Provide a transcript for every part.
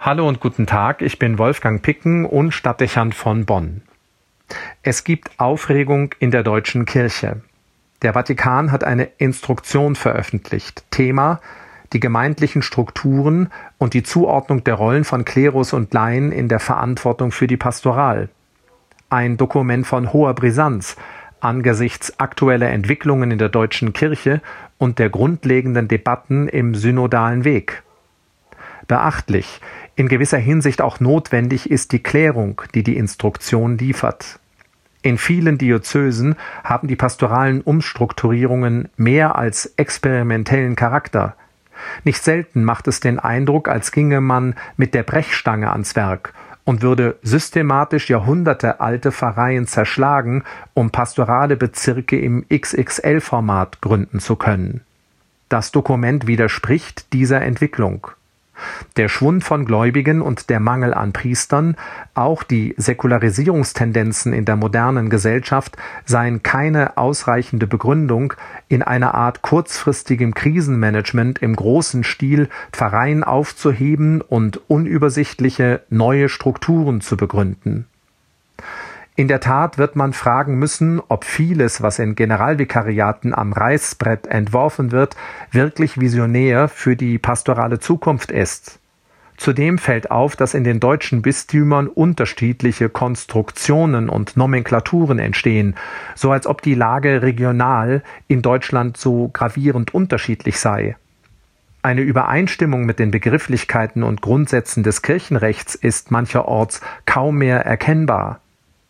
Hallo und guten Tag, ich bin Wolfgang Picken und Stadtdechant von Bonn. Es gibt Aufregung in der deutschen Kirche. Der Vatikan hat eine Instruktion veröffentlicht. Thema: die gemeindlichen Strukturen und die Zuordnung der Rollen von Klerus und Laien in der Verantwortung für die Pastoral. Ein Dokument von hoher Brisanz angesichts aktueller Entwicklungen in der deutschen Kirche und der grundlegenden Debatten im synodalen Weg. Beachtlich, in gewisser Hinsicht auch notwendig ist die Klärung, die die Instruktion liefert. In vielen Diözesen haben die pastoralen Umstrukturierungen mehr als experimentellen Charakter. Nicht selten macht es den Eindruck, als ginge man mit der Brechstange ans Werk und würde systematisch jahrhundertealte Pfarreien zerschlagen, um pastorale Bezirke im XXL-Format gründen zu können. Das Dokument widerspricht dieser Entwicklung. Der Schwund von Gläubigen und der Mangel an Priestern, auch die Säkularisierungstendenzen in der modernen Gesellschaft seien keine ausreichende Begründung, in einer Art kurzfristigem Krisenmanagement im großen Stil Pfarreien aufzuheben und unübersichtliche neue Strukturen zu begründen. In der Tat wird man fragen müssen, ob vieles, was in Generalvikariaten am Reißbrett entworfen wird, wirklich visionär für die pastorale Zukunft ist. Zudem fällt auf, dass in den deutschen Bistümern unterschiedliche Konstruktionen und Nomenklaturen entstehen, so als ob die Lage regional in Deutschland so gravierend unterschiedlich sei. Eine Übereinstimmung mit den Begrifflichkeiten und Grundsätzen des Kirchenrechts ist mancherorts kaum mehr erkennbar.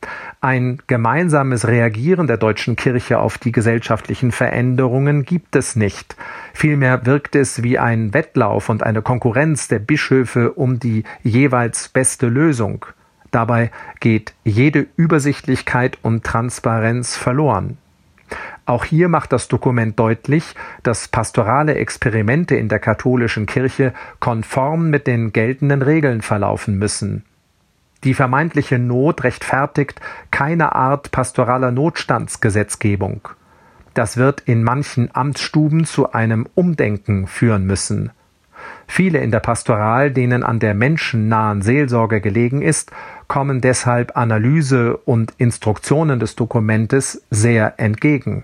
Ein gemeinsames Reagieren der deutschen Kirche auf die gesellschaftlichen Veränderungen gibt es nicht. Vielmehr wirkt es wie ein Wettlauf und eine Konkurrenz der Bischöfe um die jeweils beste Lösung. Dabei geht jede Übersichtlichkeit und Transparenz verloren. Auch hier macht das Dokument deutlich, dass pastorale Experimente in der katholischen Kirche konform mit den geltenden Regeln verlaufen müssen. Die vermeintliche Not rechtfertigt keine Art pastoraler Notstandsgesetzgebung. Das wird in manchen Amtsstuben zu einem Umdenken führen müssen. Viele in der Pastoral, denen an der menschennahen Seelsorge gelegen ist, kommen deshalb Analyse und Instruktionen des Dokumentes sehr entgegen.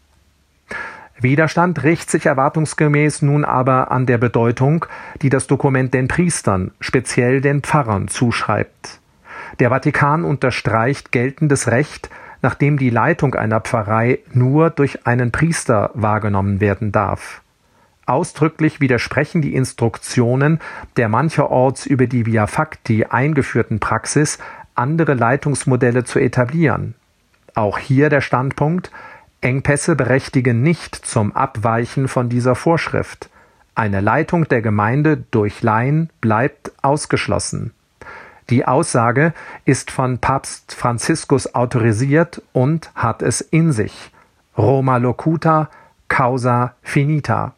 Widerstand rächt sich erwartungsgemäß nun aber an der Bedeutung, die das Dokument den Priestern, speziell den Pfarrern, zuschreibt. Der Vatikan unterstreicht geltendes Recht, nachdem die Leitung einer Pfarrei nur durch einen Priester wahrgenommen werden darf. Ausdrücklich widersprechen die Instruktionen der mancherorts über die Via Facti eingeführten Praxis, andere Leitungsmodelle zu etablieren. Auch hier der Standpunkt: Engpässe berechtigen nicht zum Abweichen von dieser Vorschrift. Eine Leitung der Gemeinde durch Laien bleibt ausgeschlossen. Die Aussage ist von Papst Franziskus autorisiert und hat es in sich. Roma locuta, causa finita.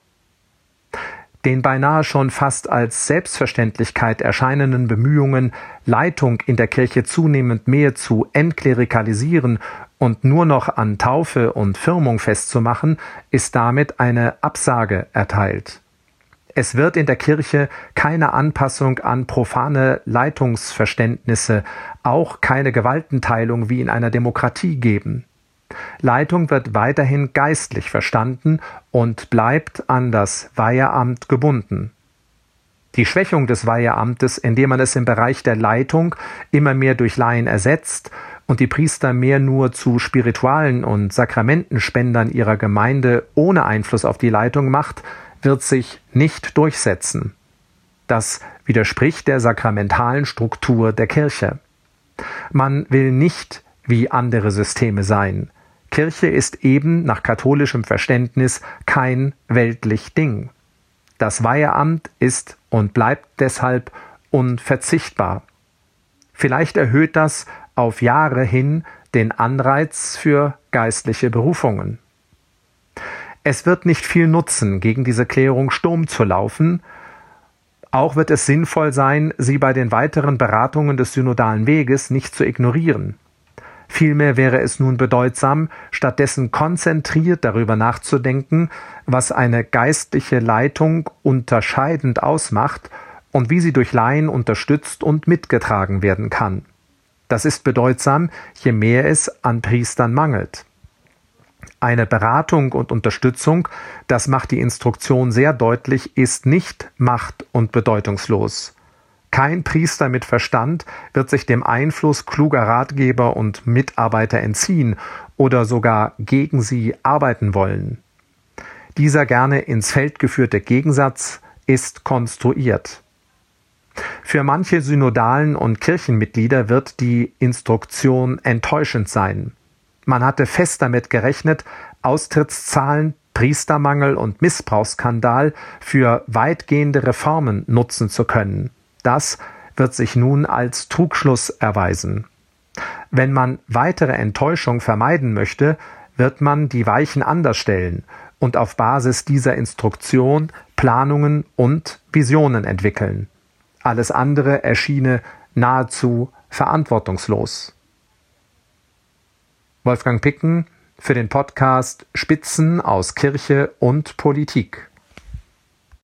Den beinahe schon fast als Selbstverständlichkeit erscheinenden Bemühungen, Leitung in der Kirche zunehmend mehr zu entklericalisieren und nur noch an Taufe und Firmung festzumachen, ist damit eine Absage erteilt. Es wird in der Kirche keine Anpassung an profane Leitungsverständnisse, auch keine Gewaltenteilung wie in einer Demokratie geben. Leitung wird weiterhin geistlich verstanden und bleibt an das Weiheamt gebunden. Die Schwächung des Weiheamtes, indem man es im Bereich der Leitung immer mehr durch Laien ersetzt und die Priester mehr nur zu Spiritualen und Sakramentenspendern ihrer Gemeinde ohne Einfluss auf die Leitung macht, wird sich nicht durchsetzen. Das widerspricht der sakramentalen Struktur der Kirche. Man will nicht wie andere Systeme sein. Kirche ist eben nach katholischem Verständnis kein weltlich Ding. Das Weiheamt ist und bleibt deshalb unverzichtbar. Vielleicht erhöht das auf Jahre hin den Anreiz für geistliche Berufungen. Es wird nicht viel nutzen, gegen diese Klärung Sturm zu laufen. Auch wird es sinnvoll sein, sie bei den weiteren Beratungen des synodalen Weges nicht zu ignorieren. Vielmehr wäre es nun bedeutsam, stattdessen konzentriert darüber nachzudenken, was eine geistliche Leitung unterscheidend ausmacht und wie sie durch Laien unterstützt und mitgetragen werden kann. Das ist bedeutsam, je mehr es an Priestern mangelt. Eine Beratung und Unterstützung, das macht die Instruktion sehr deutlich, ist nicht macht- und bedeutungslos. Kein Priester mit Verstand wird sich dem Einfluss kluger Ratgeber und Mitarbeiter entziehen oder sogar gegen sie arbeiten wollen. Dieser gerne ins Feld geführte Gegensatz ist konstruiert. Für manche Synodalen und Kirchenmitglieder wird die Instruktion enttäuschend sein. Man hatte fest damit gerechnet, Austrittszahlen, Priestermangel und Missbrauchsskandal für weitgehende Reformen nutzen zu können. Das wird sich nun als Trugschluss erweisen. Wenn man weitere Enttäuschung vermeiden möchte, wird man die Weichen anders stellen und auf Basis dieser Instruktion Planungen und Visionen entwickeln. Alles andere erschiene nahezu verantwortungslos. Wolfgang Picken für den Podcast Spitzen aus Kirche und Politik.